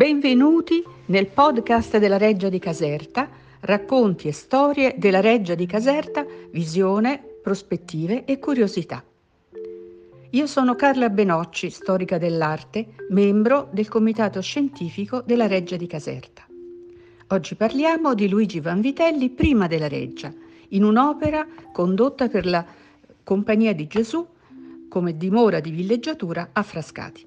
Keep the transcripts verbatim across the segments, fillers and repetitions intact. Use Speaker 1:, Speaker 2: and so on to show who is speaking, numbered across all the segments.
Speaker 1: Benvenuti nel podcast della Reggia di Caserta, racconti e storie della Reggia di Caserta, visione, prospettive e curiosità. Io sono Carla Benocci, storica dell'arte, membro del comitato scientifico della Reggia di Caserta. Oggi parliamo di Luigi Vanvitelli prima della Reggia, in un'opera condotta per la Compagnia di Gesù come dimora di villeggiatura a Frascati.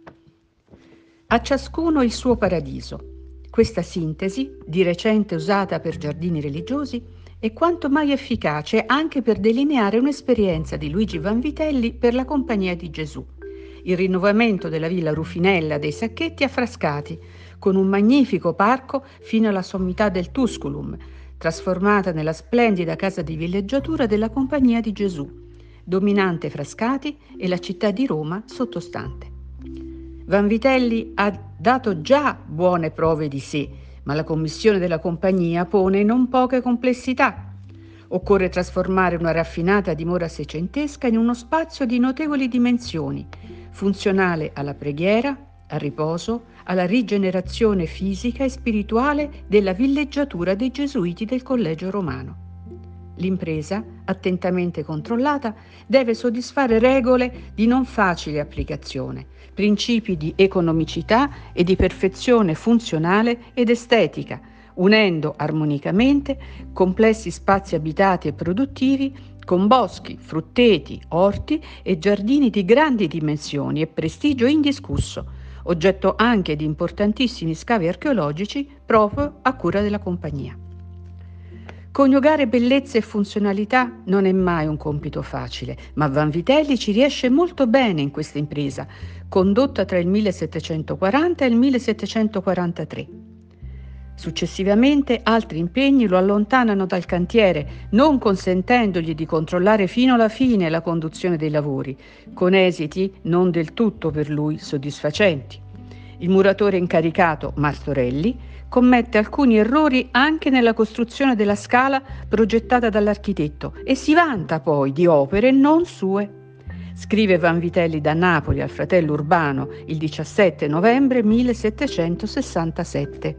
Speaker 1: A ciascuno il suo paradiso. Questa sintesi, di recente usata per giardini religiosi, è quanto mai efficace anche per delineare un'esperienza di Luigi Vanvitelli per la Compagnia di Gesù. Il rinnovamento della villa Rufinella dei Sacchetti a Frascati, con un magnifico parco fino alla sommità del Tusculum, trasformata nella splendida casa di villeggiatura della Compagnia di Gesù, dominante Frascati e la città di Roma sottostante. Vanvitelli ha dato già buone prove di sé, ma la commissione della compagnia pone non poche complessità. Occorre trasformare una raffinata dimora seicentesca in uno spazio di notevoli dimensioni, funzionale alla preghiera, al riposo, alla rigenerazione fisica e spirituale della villeggiatura dei gesuiti del Collegio Romano. L'impresa, attentamente controllata, deve soddisfare regole di non facile applicazione, principi di economicità e di perfezione funzionale ed estetica, unendo armonicamente complessi spazi abitati e produttivi con boschi, frutteti, orti e giardini di grandi dimensioni e prestigio indiscusso, oggetto anche di importantissimi scavi archeologici proprio a cura della compagnia. Coniugare bellezza e funzionalità non è mai un compito facile, ma Vanvitelli ci riesce molto bene in questa impresa, condotta tra il millesettecentoquaranta e il millesettecentoquarantatré. Successivamente altri impegni lo allontanano dal cantiere, non consentendogli di controllare fino alla fine la conduzione dei lavori, con esiti non del tutto per lui soddisfacenti. Il muratore incaricato, Martorelli, commette alcuni errori anche nella costruzione della scala progettata dall'architetto e si vanta poi di opere non sue. Scrive Vanvitelli da Napoli al fratello Urbano il diciassette novembre millesettecentosessantasette.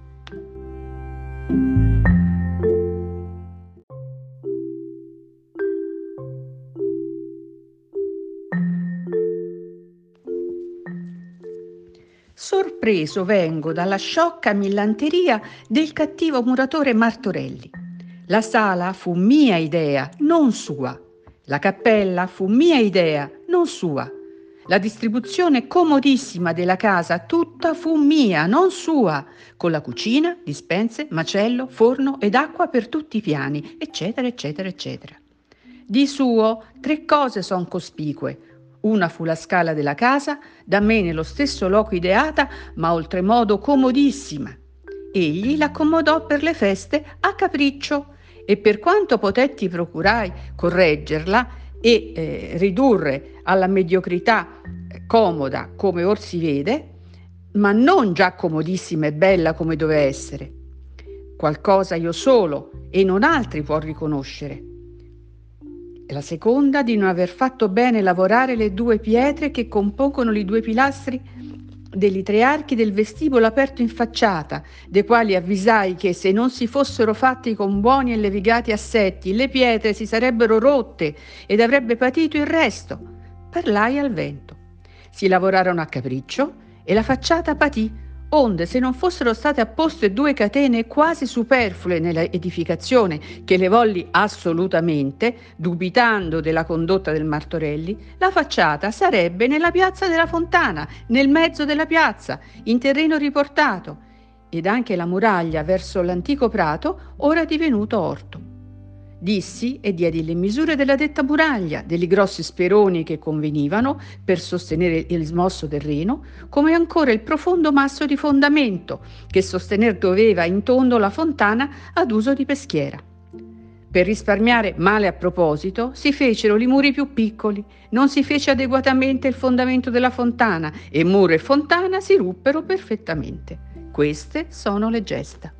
Speaker 1: Sorpreso vengo dalla sciocca millanteria del cattivo muratore Martorelli. La sala fu mia idea, non sua. La cappella fu mia idea, non sua. La distribuzione comodissima della casa tutta fu mia, non sua, con la cucina, dispense, macello, forno ed acqua per tutti i piani, eccetera, eccetera, eccetera. Di suo, tre cose son cospicue. Una fu la scala della casa, da me nello stesso loco ideata, ma oltremodo comodissima. Egli l'accomodò per le feste a capriccio e per quanto potetti procurai correggerla e eh, ridurre alla mediocrità eh, comoda come or si vede, ma non già comodissima e bella come doveva essere. Qualcosa io solo e non altri può riconoscere. La seconda di non aver fatto bene lavorare le due pietre che compongono i due pilastri degli tre archi del vestibolo aperto in facciata, dei quali avvisai che se non si fossero fatti con buoni e levigati assetti, le pietre si sarebbero rotte ed avrebbe patito il resto. Parlai al vento. Si lavorarono a capriccio e la facciata patì, onde se non fossero state apposte due catene quasi superflue nella edificazione, che le volli assolutamente, dubitando della condotta del Martorelli, la facciata sarebbe nella piazza della Fontana, nel mezzo della piazza, in terreno riportato, ed anche la muraglia verso l'antico prato, ora divenuto orto. Dissi e diedi le misure della detta muraglia, degli grossi speroni che convenivano per sostenere il smosso terreno, come ancora il profondo masso di fondamento che sostener doveva in tondo la fontana ad uso di peschiera. Per risparmiare male a proposito, si fecero i muri più piccoli, non si fece adeguatamente il fondamento della fontana e muro e fontana si ruppero perfettamente. Queste sono le gesta.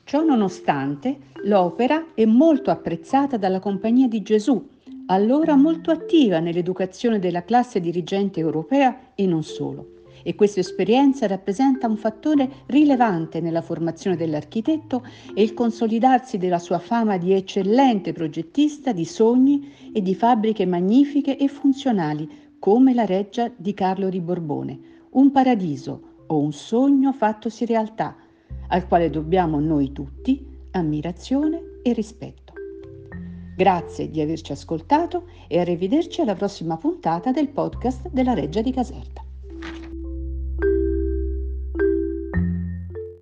Speaker 1: Ciò nonostante, l'opera è molto apprezzata dalla Compagnia di Gesù, allora molto attiva nell'educazione della classe dirigente europea e non solo. E questa esperienza rappresenta un fattore rilevante nella formazione dell'architetto e il consolidarsi della sua fama di eccellente progettista di sogni e di fabbriche magnifiche e funzionali, come la Reggia di Carlo di Borbone, un paradiso o un sogno fattosi realtà, al quale dobbiamo noi tutti ammirazione e rispetto. Grazie di averci ascoltato e arrivederci alla prossima puntata del podcast della Reggia di Caserta.